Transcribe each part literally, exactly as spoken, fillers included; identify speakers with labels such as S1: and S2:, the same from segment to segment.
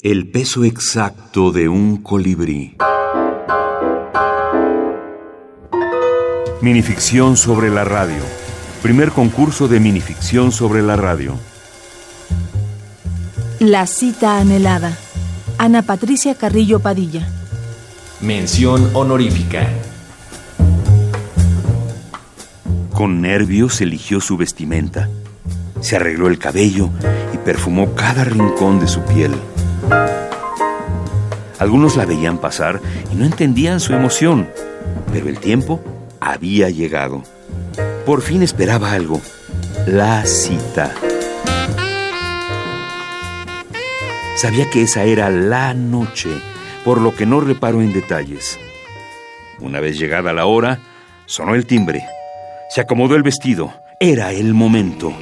S1: El peso exacto de un colibrí. Minificción sobre la radio. Primer concurso de minificción sobre la radio.
S2: La cita anhelada. Ana Patricia Carrillo Padilla.
S3: Mención honorífica.
S1: Con nervios eligió su vestimenta, se arregló el cabello y perfumó cada rincón de su piel. Algunos la veían pasar y no entendían su emoción, pero el tiempo había llegado. Por fin esperaba algo: la cita. Sabía que esa era la noche, por lo que no reparó en detalles. Una vez llegada la hora, sonó el timbre. Se acomodó el vestido. Era el momento.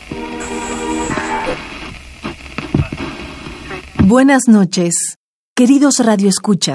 S2: Buenas noches, queridos radioescuchas.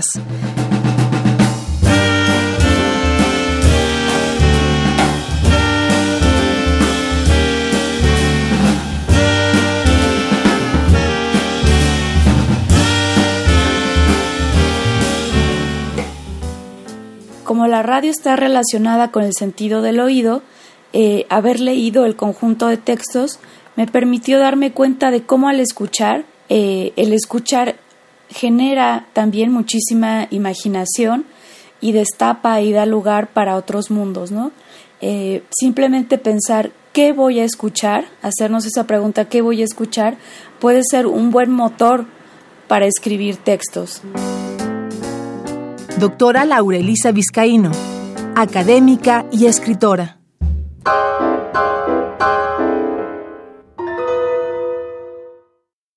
S4: Como la radio está relacionada con el sentido del oído, eh, haber leído el conjunto de textos me permitió darme cuenta de cómo al escuchar, eh, el escuchar genera también muchísima imaginación y destapa y da lugar para otros mundos, ¿no? Eh, simplemente pensar qué voy a escuchar, hacernos esa pregunta, ¿qué voy a escuchar?, puede ser un buen motor para escribir textos.
S2: Doctora Laura Elisa Vizcaíno, académica y escritora.